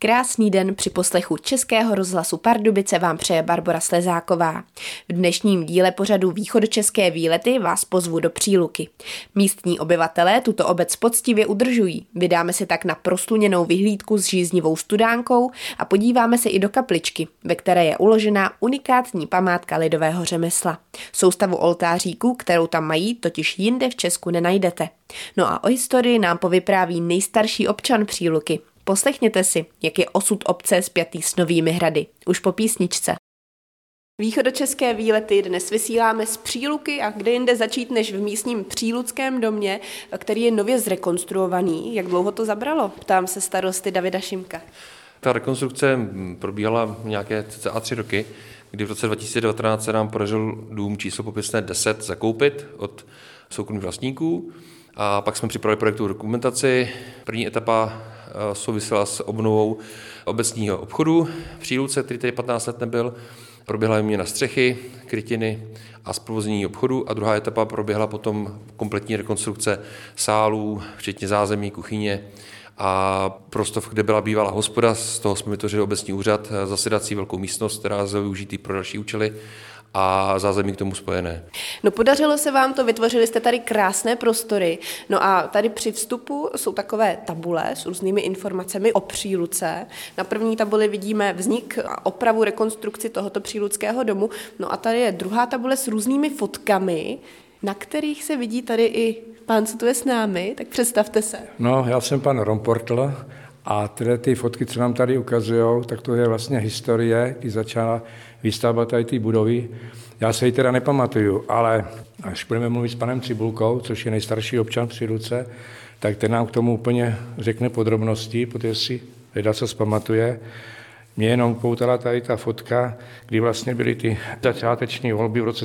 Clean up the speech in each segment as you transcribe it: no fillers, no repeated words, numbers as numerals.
Krásný den při poslechu Českého rozhlasu Pardubice vám přeje Barbora Slezáková. V dnešním díle pořadu Východočeské výlety vás pozvu do Příluky. Místní obyvatelé tuto obec poctivě udržují. Vydáme se tak na prosluněnou vyhlídku s žíznivou studánkou a podíváme se i do kapličky, ve které je uložená unikátní památka lidového řemesla. Soustavu oltáříků, kterou tam mají, totiž jinde v Česku nenajdete. No a o historii nám povypráví nejstarší občan Příluky. Poslechněte si, jak je osud obce spjatý s Novými Hrady. Už po písničce. Východočeské výlety dnes vysíláme z Příluky a kde jinde začít než v místním Příluckém domě, který je nově zrekonstruovaný. Jak dlouho to zabralo? Ptám se starosty Davida Šimka. Ta rekonstrukce probíhala nějaké cca 3 roky, kdy v roce 2019 se nám podařil dům číslo popisné 10 zakoupit od soukromých vlastníků. A pak jsme připravili projektovou dokumentaci. První etapa souvisela s obnovou obecního obchodu v Příluce, který tady 15 let nebyl. Proběhla výměna střechy, krytiny a zprovoznění obchodu a druhá etapa proběhla potom kompletní rekonstrukce sálů, včetně zázemí, kuchyně a prostor, kde byla bývalá hospoda. Z toho jsme vytvořili obecní úřad, zasedací velkou místnost, která je využitý pro další účely a zázemí k tomu spojené. No podařilo se vám to, vytvořili jste tady krásné prostory. No a tady při vstupu jsou takové tabule s různými informacemi o Příluce. Na první tabuli vidíme vznik a opravu, rekonstrukci tohoto příluckého domu. No a tady je druhá tabule s různými fotkami, na kterých se vidí tady i pán, co tu je s námi, tak představte se. No, já jsem pan Romportl a ty fotky, co nám tady ukazujou, tak to je vlastně historie, kdy začala výstavba tady té budovy. Já se ji teda nepamatuju, ale až budeme mluvit s panem Cibulkou, což je nejstarší občan Příluce, tak ten nám k tomu úplně řekne podrobnosti, protože si leda co zpamatuje. Mě jenom poutala tady ta fotka, kdy vlastně byly ty začáteční volby v roce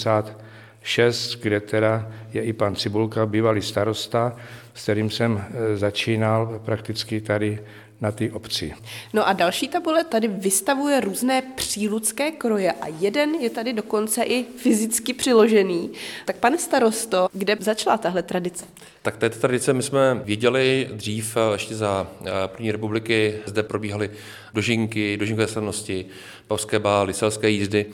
76, kde teda je i pan Cibulka, bývalý starosta, s kterým jsem začínal prakticky tady na té obci. No a další tabule tady vystavuje různé přílucké kroje a jeden je tady dokonce i fyzicky přiložený. Tak pane starosto, kde začala tahle tradice? Tak této tradice my jsme věděli dřív, ještě za první republiky, zde probíhaly dožinkové slavnosti, pavské bály, selské jízdy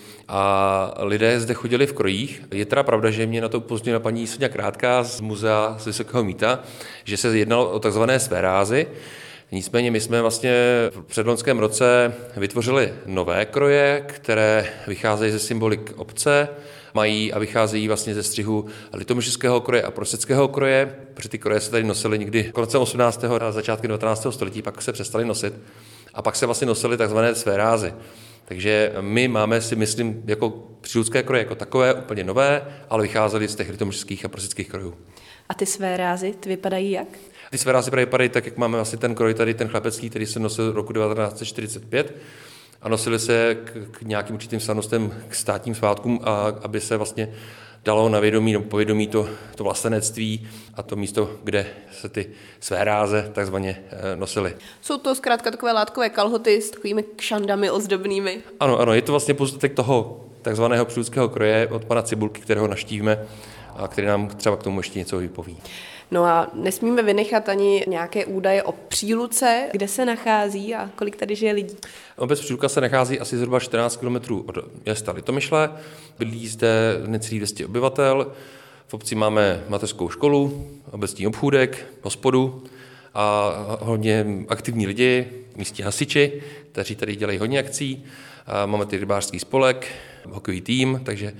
a lidé zde chodili v krojích. Je teda pravda, že mě na to upozornila paní Soňa Krátká z muzea z Vysokého Mýta, že se jednalo o takzvané svérázy. Nicméně my jsme vlastně v předloňském roce vytvořili nové kroje, které vycházejí ze symbolik obce, mají a vycházejí vlastně ze střihu litomyšlského kroje a proseckého kroje, protože ty kroje se tady nosily někdy koncem 18. a začátkem 19. století, pak se přestaly nosit a pak se vlastně nosily takzvané svérázy. Takže my máme, si myslím, jako přílucké kroje jako takové úplně nové, ale vycházely z těch litomyšlských a proseckých krojů. A ty svérázy, ty vypadají jak? Ty svérázy vypadají tak, jak máme vlastně ten kroj tady, ten chlapecký, který se nosil roku 1945 a nosili se k nějakým určitým slavnostem, k státním svátkům, a aby se vlastně dalo na vědomí nebo povědomí to vlastenectví a to místo, kde se ty svéráze takzvaně nosily. Jsou to zkrátka takové látkové kalhoty s takovými kšandami ozdobnými. Ano, je to vlastně pozůstatek toho takzvaného příluckého kroje od pana Cibulky, kterého navštívíme a který nám třeba k tomu ještě něco vypoví. No a nesmíme vynechat ani nějaké údaje o Příluce, kde se nachází a kolik tady žije lidí. Obec Příluka se nachází asi zhruba 14 km od města Litomyšle. Bydlí zde necelých 200 obyvatel. V obci máme mateřskou školu, obecní obchůdek, hospodu a hodně aktivní lidi, místní hasiči, kteří tady dělají hodně akcí. Máme tady rybářský spolek, hokejový tým, takže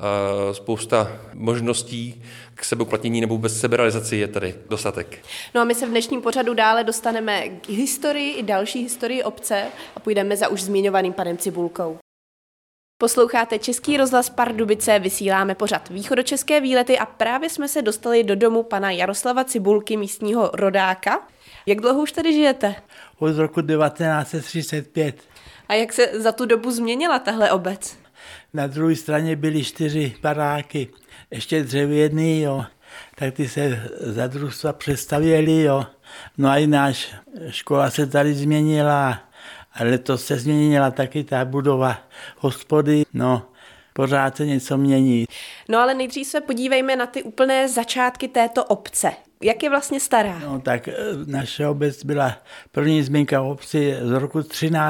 spousta možností k sebeuplatnění nebo vůbec seberealizaci je tady dostatek. No a my se v dnešním pořadu dále dostaneme k historii i další historii obce a půjdeme za už zmiňovaným panem Cibulkou. Posloucháte Český rozhlas Pardubice, vysíláme pořad Východočeské výlety a právě jsme se dostali do domu pana Jaroslava Cibulky, místního rodáka. Jak dlouho už tady žijete? Od roku 1935. A jak se za tu dobu změnila tahle obec? Na druhé straně byly 4 baráky, ještě dřevěný, jo. Tak ty se za družstva přestavěly, jo. No a i náš škola se tady změnila, a letos se změnila taky ta budova hospody, no. Pořád se něco mění. No ale nejdřív se podívejme na ty úplné začátky této obce. Jak je vlastně stará? No tak naše obec byla první zmínka v obci z roku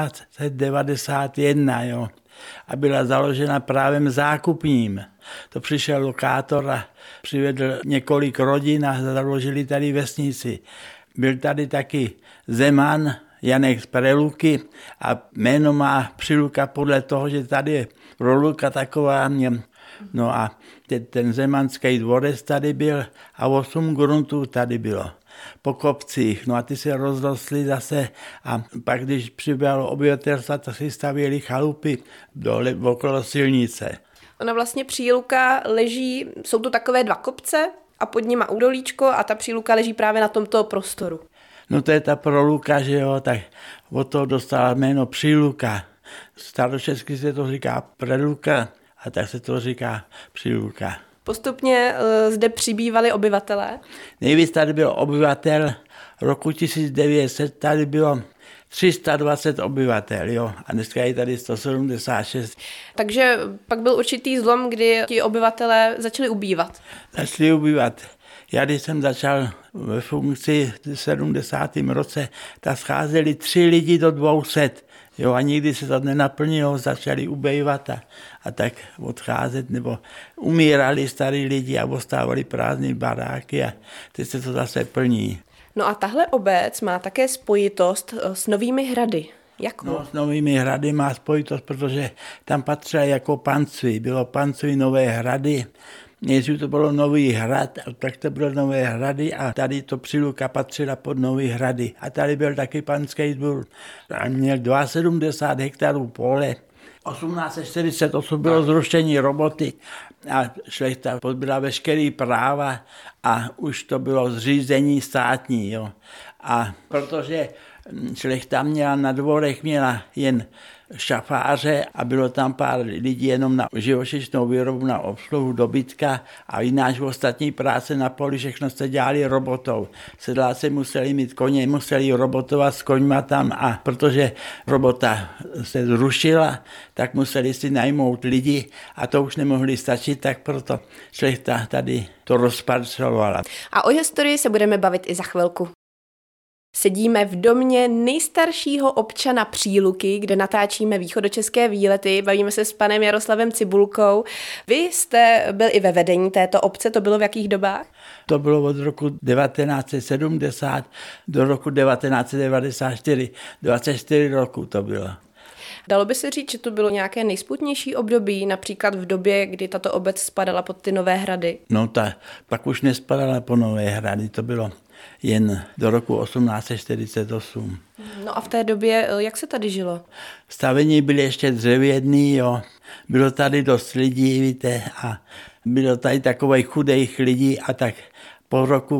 1391, jo. A byla založena právem zákupním. To přišel lokátor a přivedl několik rodin a založili tady vesnici. Byl tady taky Zeman, Janek z Preluky a jméno má Přiluka podle toho, že tady je Proluka taková. No a ten zemanský dvorec tady byl a 8 gruntů tady bylo po kopcích. No a ty se rozrostly zase a pak, když přibylo obyvatelstva, tak si stavěli chalupy dole okolo silnice. Ona vlastně Příluka leží, jsou to takové 2 kopce a pod nima údolíčko a ta Příluka leží právě na tomto prostoru. No to je ta Proluka, že jo, tak od toho dostala jméno Příluka. Staročesky se to říká Preluka a tak se to říká Příluka. Postupně zde přibývali obyvatelé? Nejvíc tady byl obyvatel, roku 1900 tady bylo 320 obyvatel, jo, a dneska je tady 176. Takže pak byl určitý zlom, kdy ti obyvatelé začali ubývat. Začali ubývat. Já když jsem začal ve funkci v 70. roce, tak scházeli 3 lidi do 200. Jo, a nikdy se to nenaplnilo, začali ubývat a tak odcházet, nebo umírali starí lidi a ostávali prázdné baráky a teď se to zase plní. No a tahle obec má také spojitost s Novými Hrady. Jak? No, s Novými Hrady má spojitost, protože tam patřilo jako panství. Bylo panství Nové Hrady. Nejdřív to bylo Nový Hrad, tak to bylo Nové Hrady a tady to Přiluka patřila pod Nový Hrady. A tady byl taky panský dvůr. A měl 72 hektarů pole. 1848 bylo zrušení roboty a šlechta pozbyla veškerý práva a už to bylo zřízení státní. Jo. A protože šlechta měla na dvorech měla jen šafáře a bylo tam pár lidí jenom na živočišnou výrobu, na obsluhu dobytka a jináč ostatní práce na poli všechno se dělali robotou. Sedláci museli mít koně, museli robotovat s koňma tam a protože robota se zrušila, tak museli si najmout lidi a to už nemohli stačit, tak proto šlechta tady to rozparcelovala. A o historii se budeme bavit i za chvilku. Sedíme v domě nejstaršího občana Příluky, kde natáčíme východočeské výlety. Bavíme se s panem Jaroslavem Cibulkou. Vy jste byl i ve vedení této obce, to bylo v jakých dobách? To bylo od roku 1970 do roku 1994. 24 roku to bylo. Dalo by se říct, že to bylo nějaké nejsputnější období, například v době, kdy tato obec spadala pod ty Nové Hrady? No pak už nespadala po Nové Hrady, to bylo jen do roku 1848. No a v té době, jak se tady žilo? Stavení byly ještě dřevěný, jo. Bylo tady dost lidí, víte, a bylo tady takových chudých lidí a tak po roku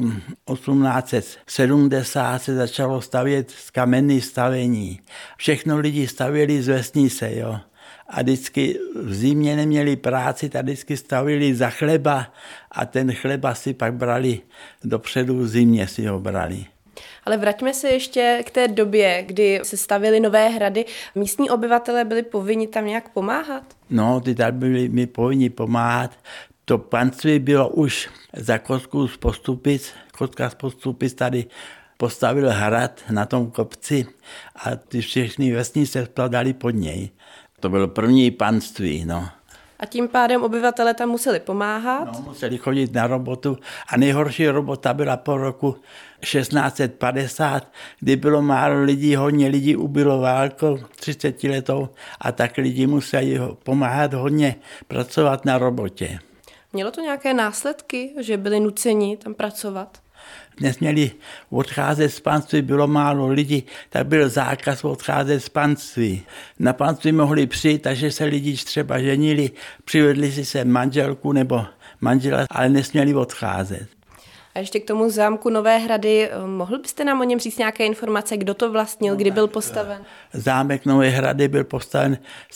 1870 se začalo stavět z kamenných stavení. Všechno lidi stavěli z vesnice, jo. A vždycky v zimě neměli práci, tak vždycky stavili za chleba a ten chleba si pak brali dopředu, v zimě si ho brali. Ale vraťme se ještě k té době, kdy se stavěly Nové Hrady. Místní obyvatelé byli povinni tam nějak pomáhat? No, ty tady byli povinni pomáhat. To panství bylo už za Kostku z Postupic. Kostka z Postupic tady postavil hrad na tom kopci a ty všechny vesnice skladaly pod něj. To bylo první panství, no. A tím pádem obyvatele tam museli pomáhat? No, museli chodit na robotu a nejhorší robota byla po roku 1650, kdy bylo málo lidí, hodně lidí ubilo válkou 30 letou a tak lidi museli pomáhat hodně pracovat na robotě. Mělo to nějaké následky, že byli nuceni tam pracovat? Nesměli odcházet z panství, bylo málo lidí, tak byl zákaz odcházet z panství. Na panství mohli přijít, takže se lidi třeba ženili, přivedli si se manželku nebo manžela, ale nesměli odcházet. A ještě k tomu zámku Nové Hrady, mohl byste nám o něm říct nějaké informace, kdo to vlastnil, kdy byl postaven? Zámek Nové Hrady byl postaven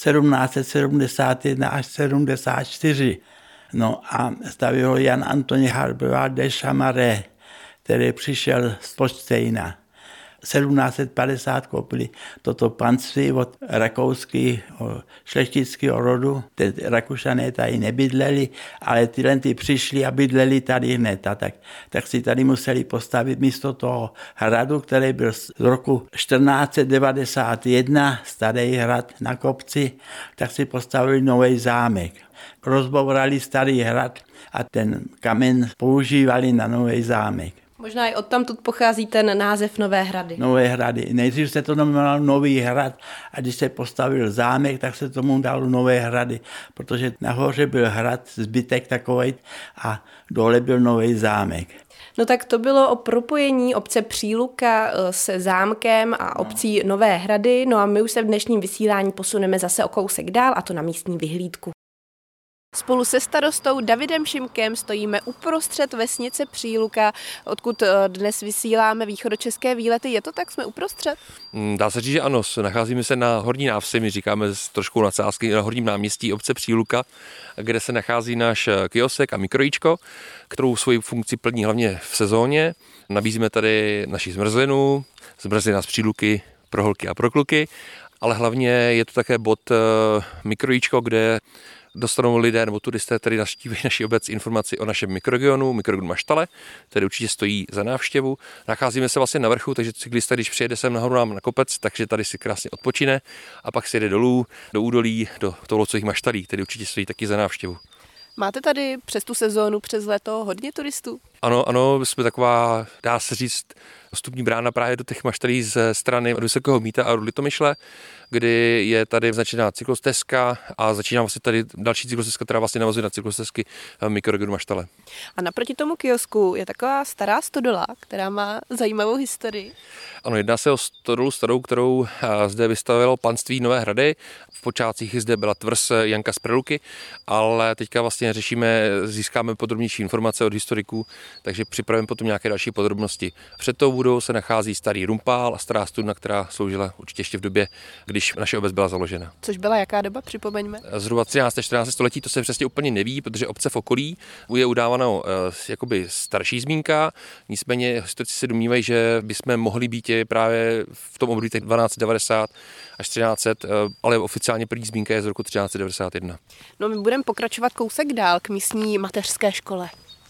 1771 až 74. No a stavil ho Jan Antoine Harbevard de Chamaré, který přišel z Počtejna. 1750 koupili toto panství od rakouského šlechtického rodu. Ty Rakušané tady nebydleli, ale ty přišli a bydleli tady hned. Tak si tady museli postavit místo toho hradu, který byl z roku 1491, starý hrad na kopci, tak si postavili nový zámek. Rozbourali starý hrad a ten kamen používali na nový zámek. Možná i odtamtud pochází ten název Nové Hrady. Nové Hrady. Nejdřív se to jmenovalo Nový Hrad a když se postavil zámek, tak se tomu dalo Nové Hrady, protože nahoře byl hrad, zbytek takovej a dole byl nový zámek. No tak to bylo o propojení obce Příluka se zámkem a obcí Nové Hrady. No a my už se v dnešním vysílání posuneme zase o kousek dál, a to na místní vyhlídku. Spolu se starostou Davidem Šimkem stojíme uprostřed vesnice Příluka, odkud dnes vysíláme východočeské výlety. Je to tak, jsme uprostřed? Dá se říct, že ano. Nacházíme se na Horní návsi, my říkáme s trošku nadsázky, na Horním náměstí obce Příluka, kde se nachází náš kiosek a mikrojíčko, kterou svoji funkci plní hlavně v sezóně. Nabízíme tady naši zmrzlinu z Příluky pro holky a pro kluky, ale hlavně je to také bod mikrojíčko, kde dostanou lidé nebo turisté, který navštíví naši obec, informaci o našem mikroregionu Maštale, který určitě stojí za návštěvu. Nacházíme se vlastně na vrchu, takže cyklista, když přijede sem nahoru nám na kopec, takže tady si krásně odpočine a pak si jede dolů do údolí, do Toulovcových Maštalí, který určitě stojí taky za návštěvu. Máte tady přes tu sezónu, přes léto hodně turistů? Ano, jsme taková, dá se říct, vstupní brána právě do těch Maštalí ze strany Vysokého Mýta a Litomyšle, kdy je tady značená cyklostezka a začíná vlastně tady další cyklostezka, která vlastně navazuje na cyklostezky mikroregionu Maštale. A naproti tomu kiosku je taková stará stodola, která má zajímavou historii. Ano, jedná se o stodolu starou, kterou zde vystavilo panství Nové Hrady. V počátcích zde byla tvrz Janka z Preluky, ale teďka vlastně získáme podrobnější informace od historiků, takže připravíme potom nějaké další podrobnosti. Před tou budou se nachází starý rumpál a stará studna, která sloužila určitě ještě v době, když naše obec byla založena. Což byla jaká doba, připomeňme? Zhruba 13. 14. století, to se přesně úplně neví, protože obce v okolí je udáváno jakoby starší zmínka, nicméně historici se domnívají, že bychom mohli být právě v tom období 1290 až 1300, ale oficiálně první zmínka je z roku 1391. No, my budeme pokračovat kousek dál k místní mateřské škole.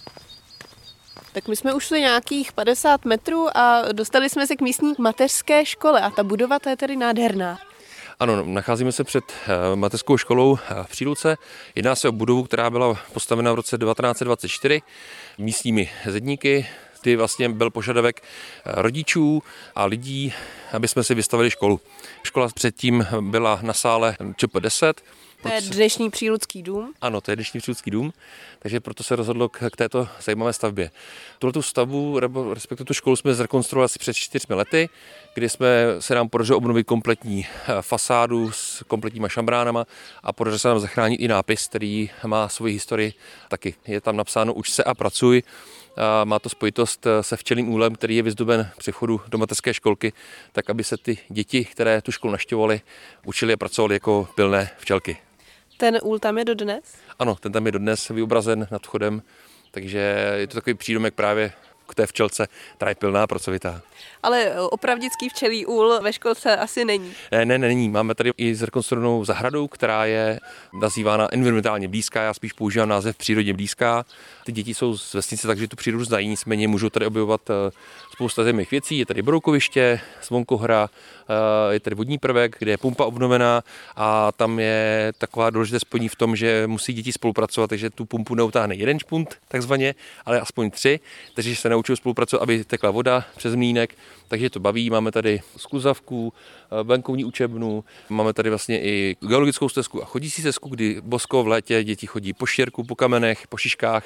Tak my jsme ušli nějakých 50 metrů a dostali jsme se k místní mateřské škole a ta budova to je tedy nádherná. Ano, nacházíme se před mateřskou školou v Příluce. Jedná se o budovu, která byla postavena v roce 1924 místními zedníky. Kdy vlastně byl požadavek rodičů a lidí, aby jsme si vystavili školu. Škola předtím byla na sále ČP10. To je dnešní Přílucký dům? Ano, to je dnešní Přílucký dům, takže proto se rozhodlo k této zajímavé stavbě. Tuhletu stavbu, respektive tu školu jsme zrekonstruovali asi před 4 lety, kdy se nám podařilo obnovit kompletní fasádu s kompletníma šambránama a podařilo se nám zachránit i nápis, který má svoji historii taky. Je tam napsáno Uč se a pracuj. A má to spojitost se včelným úlem, který je vyzdoben při vchodu do mateřské školky, tak aby se ty děti, které tu školu navštěvovaly, učili a pracovali jako pilné včelky. Ten úl tam je dodnes? Ano, ten tam je dodnes vyobrazen nad vchodem, takže je to takový přídomek právě k té včelce, která je pilná a pracovitá. Ale opravdický včelí úl ve školce asi není. Ne, není. Máme tady i zrekonstruovanou zahradu, která je nazývána environmentálně blízká, já spíš používám název přírodně blízká. Ty děti jsou z vesnice, takže tu přírodu znají, nicméně můžou tady objevovat spousta zajímavých věcí. Je tady broukoviště, zvonkohra, je tady vodní prvek, kde je pumpa obnovená a tam je taková důležité spojení v tom, že musí děti spolupracovat, takže tu pumpu neutáhne jeden špunt, takzvaně, ale aspoň 3, takže se naučí spolupracovat, aby tekla voda přes mlýnek, takže to baví. Máme tady skluzavku, venkovní učebnu, máme tady vlastně i geologickou stezku a chodící stezku, kdy bosko v létě děti chodí po štěrku, po kamenech, po šiškách.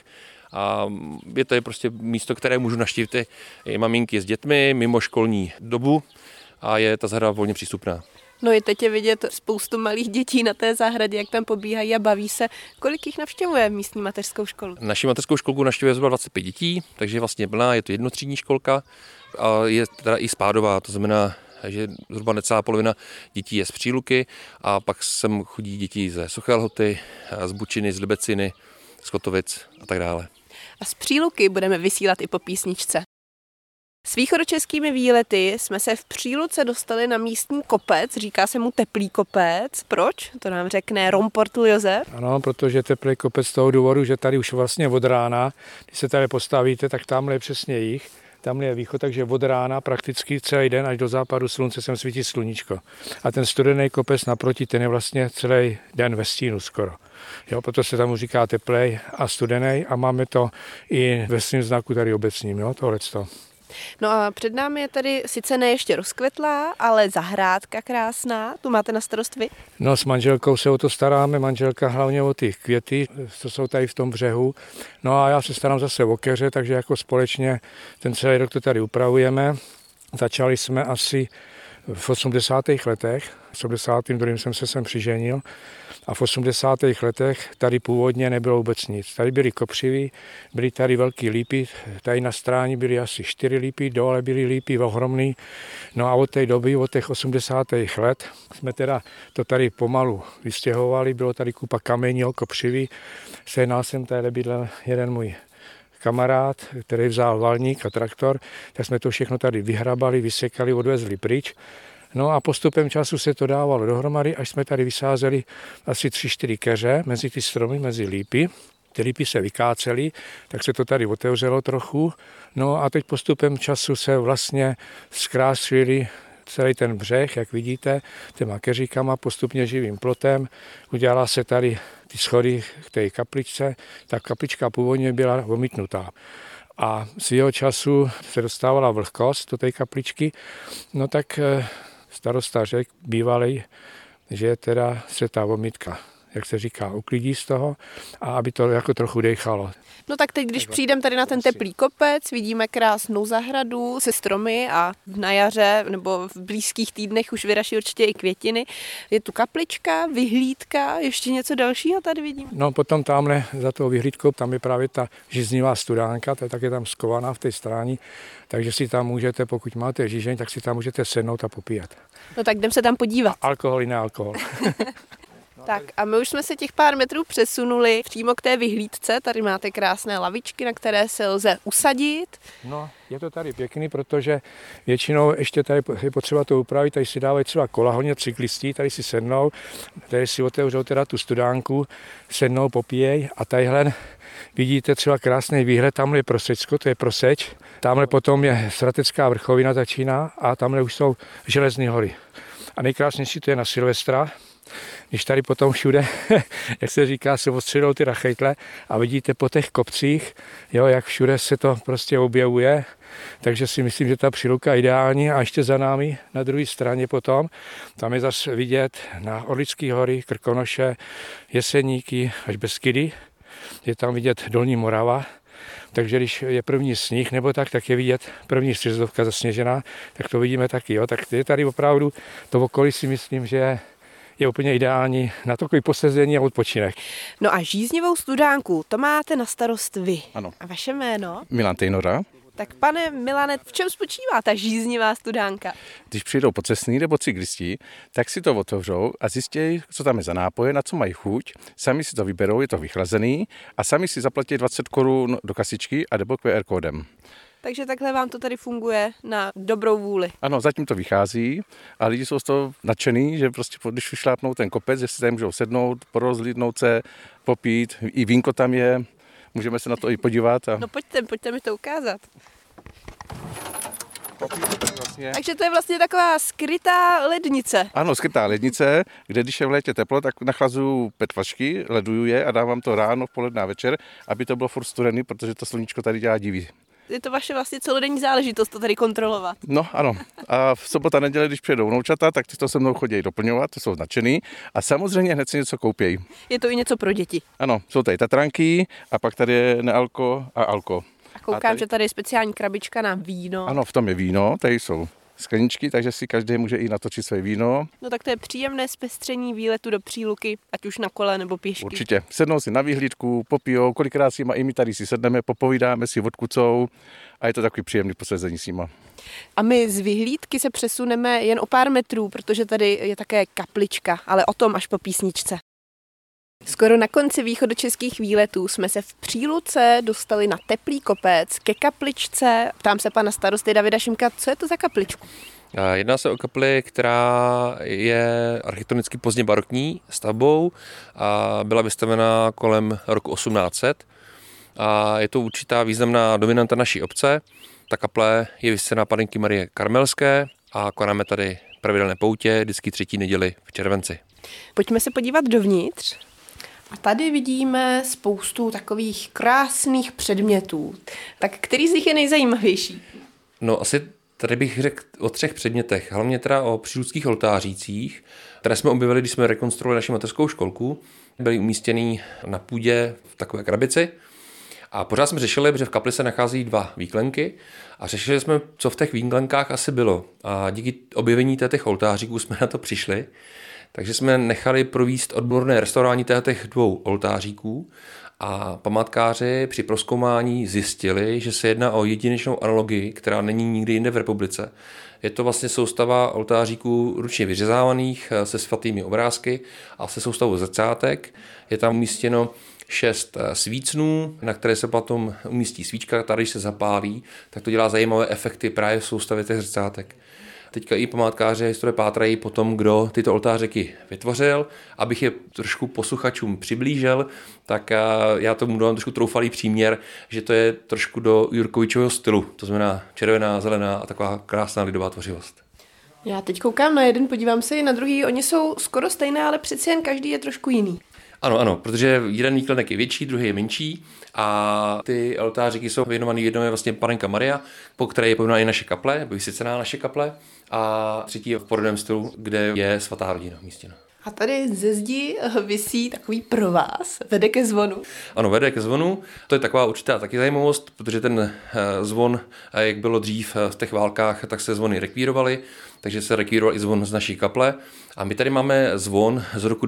A je to prostě místo, které můžu navštívit i maminky s dětmi mimo školní dobu a je ta zahrada volně přístupná. No i teď je vidět spoustu malých dětí na té zahradě, jak tam pobíhají a baví se. Kolik jich navštěvuje místní mateřskou školu? Naši mateřskou školku navštěvuje zhruba 25 dětí, takže je vlastně plná, je to jednotřídní školka a je teda i spádová, to znamená, že zhruba necelá polovina dětí je z Příluky a pak sem chodí děti ze Suché Lhoty, z Bučiny, z Libeciny, z Kotovic a tak dále. A z Příluky budeme vysílat i po písničce. S východočeskými výlety jsme se v Příluce dostali na místní kopec, říká se mu Teplý kopec. Proč? To nám řekne Romportl Josef. Ano, protože Teplý kopec z toho důvodu, že tady už vlastně od rána, když se tady postavíte, tak tamhle je přesně jih, tamhle je východ, takže od rána prakticky celý den až do západu slunce sem svítí sluníčko. A ten studený kopec naproti, ten je vlastně celý den ve stínu skoro. Jo, proto se tam říká teplej a studený a máme to i ve svým znaku tady obecním, jo, tohleto. No a před námi je tady sice ne ještě rozkvetlá, ale zahrádka krásná. Tu máte na starost vy? No, s manželkou se o to staráme, manželka hlavně o ty květy, co jsou tady v tom břehu. No a já se starám zase o keře, takže jako společně ten celý rok to tady upravujeme. Začali jsme asi v 80. letech, v 82. jsem se sem přiženil a v 80. letech tady původně nebylo vůbec nic. Tady byly kopřivy, byly tady velký lípy, tady na stráni byly asi 4 lípy, dole byly lípy ohromný. No a od té doby, od těch 80. let, jsme teda to tady pomalu vystěhovali, bylo tady kupa kamení, kopřivy, sehnal jsem tady bydlel jeden můj kamarád, který vzal valník a traktor, tak jsme to všechno tady vyhrabali, vysekali, odvezli pryč. No a postupem času se to dávalo dohromady, až jsme tady vysázeli asi 3-4 keře mezi ty stromy, mezi lípy. Ty lípy se vykácely, tak se to tady otevřelo trochu. No a teď postupem času se vlastně zkrásili celý ten břeh, jak vidíte, těma keříkama, postupně živým plotem. Udělala se tady ty schody k té kapličce. Ta kaplička původně byla omítnutá. A svýho času se dostávala vlhkost do té kapličky, no tak starosta řekl bývalej, že teda se ta omítka, jak se říká, uklidí z toho a aby to jako trochu dechalo. No tak teď, když přijdeme tady na ten Teplý kopec, vidíme krásnou zahradu se stromy a na jaře nebo v blízkých týdnech už vyraší určitě i květiny. Je tu kaplička, vyhlídka, ještě něco dalšího tady vidím. No potom tamhle za tou vyhlídkou, tam je právě ta žíznivá studánka, ta je taky tam skovaná v té stráni, takže si tam můžete, pokud máte žížeň, tak si tam můžete sednout a popíjet. No tak jdem se tam podívat. A alkohol i nealkohol. Tak a my už jsme se těch pár metrů přesunuli přímo k té vyhlídce. Tady máte krásné lavičky, na které se lze usadit. No, je to tady pěkný, protože většinou ještě tady je potřeba to upravit, tady si dávají třeba kola, hodně cyklistí, tady si sednou, tady si otevřou teda tu studánku, sednou, popíjej a tadyhle vidíte třeba krásný výhled, tamhle je Prosecko, to je Proseč, tamhle potom je Sratecká vrchovina začíná a tamhle už jsou Železné hory. A nejkrásnější to je na Silvestra, když tady potom všude, jak se říká, se odstředou ty rachejtle a vidíte po těch kopcích, jo, jak všude se to prostě objevuje, takže si myslím, že ta Příluka je ideální a ještě za námi na druhé straně potom, tam je zase vidět na Orlické hory, Krkonoše, Jeseníky až Beskydy, je tam vidět Dolní Morava, takže když je první sníh nebo tak je vidět první střezdovka zasněžená, tak to vidíme taky, jo, tak je tady opravdu to okolí si myslím, že je úplně ideální na takový posezení a odpočinek. No a žíznivou studánku, to máte na starost vy. Ano. A vaše jméno? Milan Tejnora. Tak pane Milane, v čem spočívá ta žíznivá studánka? Když přijdou pocestní nebo cyklisti, tak si to otevřou a zjistí, co tam je za nápoje, na co mají chuť. Sami si to vyberou, je to vychlazený a sami si zaplatí 20 korun do kasičky a nebo QR kódem. Takže takhle vám to tady funguje na dobrou vůli. Ano, zatím to vychází a lidi jsou z toho nadšený, že prostě když vyšlápnou ten kopec, že si tady můžou sednout, porozhlídnout se, popít, i vínko tam je, můžeme se na to i podívat. No pojďte mi to ukázat. Vlastně. Takže to je vlastně taková skrytá lednice. Ano, skrytá lednice, kde když je v létě teplo, tak nachlazuju petvačky, leduju je a dávám to ráno, v poledne a večer, aby to bylo furt studený, protože to sluníčko tady dělá divy. Je to vaše vlastně celodenní záležitost to tady kontrolovat. No ano. A v sobota neděle, když přijedou vnoučata, tak ty to se mnou chodí doplňovat, ty jsou nadšený a samozřejmě hned si něco koupějí. Je to i něco pro děti. Ano, jsou tady tatranky a pak tady je nealko a alko. A koukám, že tady je speciální krabička na víno. Ano, v tom je víno, tady jsou skleničky, takže si každý může i natočit své víno. No tak to je příjemné zpestření výletu do Příluky, ať už na kole nebo pěšky. Určitě. Sednou si na výhlídku, popijou, kolikrát si i my tady si sedneme, popovídáme si, odkucou a je to takový příjemný posezení s nima. A my z vyhlídky se přesuneme jen o pár metrů, protože tady je také kaplička, ale o tom až po písničce. Skoro na konci východočeských výletů jsme se v Příluce dostali na teplý kopec ke kapličce. Ptám se pana starosty Davida Šimka, co je to za kapličku? Jedná se o kapli, která je architektonicky pozdně barokní stavbou a byla vystavena kolem roku 1800. A je to určitá významná dominanta naší obce. Ta kaple je vysvěcená Panenky Marie Karmelské a konáme tady pravidelné poutě vždycky 3. neděli v červenci. Pojďme se podívat dovnitř. A tady vidíme spoustu takových krásných předmětů. Tak který z nich je nejzajímavější? No asi tady bych řekl o 3 předmětech, hlavně teda o přírodských oltářících, které jsme objevili, když jsme rekonstruovali naši mateřskou školku. Byly umístěny na půdě v takové krabici a pořád jsme řešili, že v kapli se nachází 2 výklenky a řešili jsme, co v těch výklenkách asi bylo. A díky objevení těch oltáříků jsme na to přišli, takže jsme nechali provést odborné restaurování těch 2 oltáříků a památkáři při prozkoumání zjistili, že se jedná o jedinečnou analogii, která není nikdy jinde v republice. Je to vlastně soustava oltáříků ručně vyřezávaných se svatými obrázky a se soustavou zrcátek. Je tam umístěno 6 svícnů, na které se potom umístí svíčka, tady když se zapálí, tak to dělá zajímavé efekty právě v soustavě těch zrcátek. Teďka i památkáři a historie pátrají po tom, kdo tyto oltářeky vytvořil. Abych je trošku posluchačům přiblížil, tak já tomu dám trošku troufalý příměr, že to je trošku do Jurkovičového stylu. To znamená červená, zelená a taková krásná lidová tvořivost. Já teď koukám na jeden, podívám se i na druhý. Oni jsou skoro stejné, ale přeci jen každý je trošku jiný. Ano, protože jeden výklenek je větší, druhý je menší a ty oltáříky jsou věnovaný, jednou je vlastně Panenka Maria, po které je pojmenovaná i naše kaple, vysycená naše kaple, a 3. je v porodném stylu, kde je svatá rodina umístěna. A tady ze zdi visí takový provaz, vede ke zvonu. Ano, vede ke zvonu. To je taková určitá taky zajímavost, protože ten zvon, jak bylo dřív v těch válkách, tak se zvony rekvírovaly, takže se rekvíroval i zvon z naší kaple. A my tady máme zvon z roku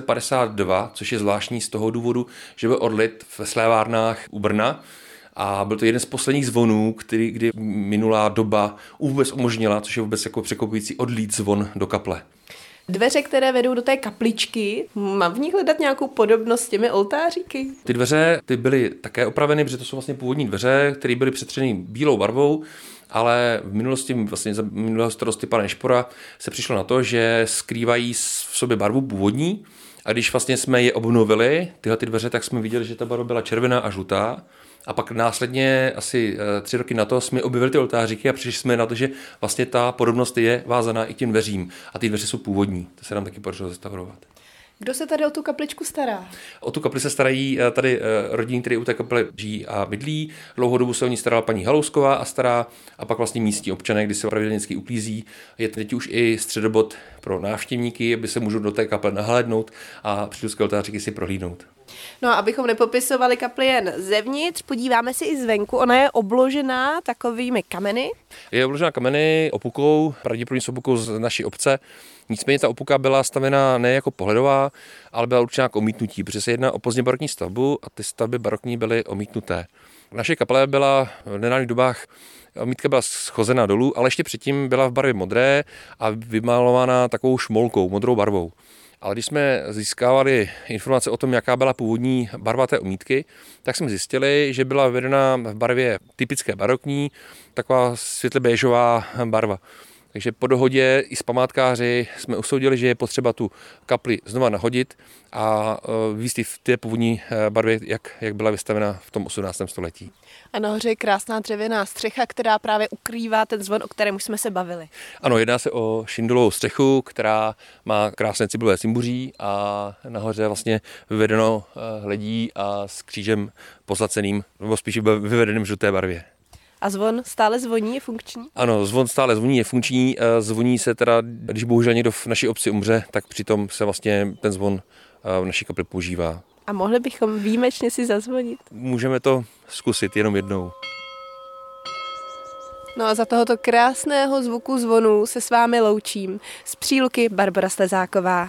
1952, což je zvláštní z toho důvodu, že byl odlit v slévárnách u Brna. A byl to jeden z posledních zvonů, kdy minulá doba vůbec umožnila, což je vůbec jako překvapující, odlít zvon do kaple. Dveře, které vedou do té kapličky, mám v nich hledat nějakou podobnost s těmi oltáříky? Ty dveře byly také opraveny, protože to jsou vlastně původní dveře, které byly přetřeny bílou barvou, ale v minulosti, vlastně za minulého starosty pana Nešpora, se přišlo na to, že skrývají v sobě barvu původní. A když vlastně jsme je obnovili, tyhle ty dveře, tak jsme viděli, že ta barva byla červená a žlutá. A pak následně asi 3 roky na to jsme objevili ty oltáříky a přišli jsme na to, že vlastně ta podobnost je vázaná i k těm dveřím. A ty dveře jsou původní. To se nám taky podařilo restaurovat. Kdo se tady o tu kapličku stará? O tu kapli se starají tady rodiny, které u té kaple žijí a bydlí. Dlouhou dobu se o ní starala paní Halousková a stará, a pak vlastně místní občané, kdy se pravidelně uklízí. Je teď už i středobod pro návštěvníky, aby se můžou do té kaple nahlédnout a přírodské oltáříky si prohlídnout. No a abychom nepopisovali kapli jen zevnitř, podíváme si i zvenku. Ona je obložená takovými kameny. Je obložená kameny, opukou, pravděpodobně s opukou z naší obce. Nicméně ta opuka byla stavěna ne jako pohledová, ale byla určená k omítnutí, protože se jedná o pozdně barokní stavbu a ty stavby barokní byly omítnuté. Naše kaple byla v nedávných dobách, omítka byla schozena dolů, ale ještě předtím byla v barvě modré a vymalována takovou šmolkou, modrou barvou. Ale když jsme získávali informace o tom, jaká byla původní barva té omítky, tak jsme zjistili, že byla vedena v barvě typické barokní, taková světle béžová barva. Takže po dohodě i s památkáři jsme usoudili, že je potřeba tu kapli znova nahodit a vyvízt v té původní barvě, jak byla vystavena v tom 18. století. A nahoře je krásná dřevěná střecha, která právě ukrývá ten zvon, o kterém už jsme se bavili. Ano, jedná se o šindelovou střechu, která má krásné cibulové cimbuří a nahoře vlastně vyvedeno hledí a s křížem pozlaceným, nebo spíš vyvedeným v žluté barvě. A zvon stále zvoní, je funkční? Ano, zvon stále zvoní, je funkční. Zvoní se teda, když bohužel někdo v naší obci umře, tak přitom se vlastně ten zvon v naší kapli používá. A mohli bychom výjimečně si zazvonit? Můžeme to zkusit jenom jednou. No a za tohoto krásného zvuku zvonů se s vámi loučím. Z Příluky Barbora Slezáková.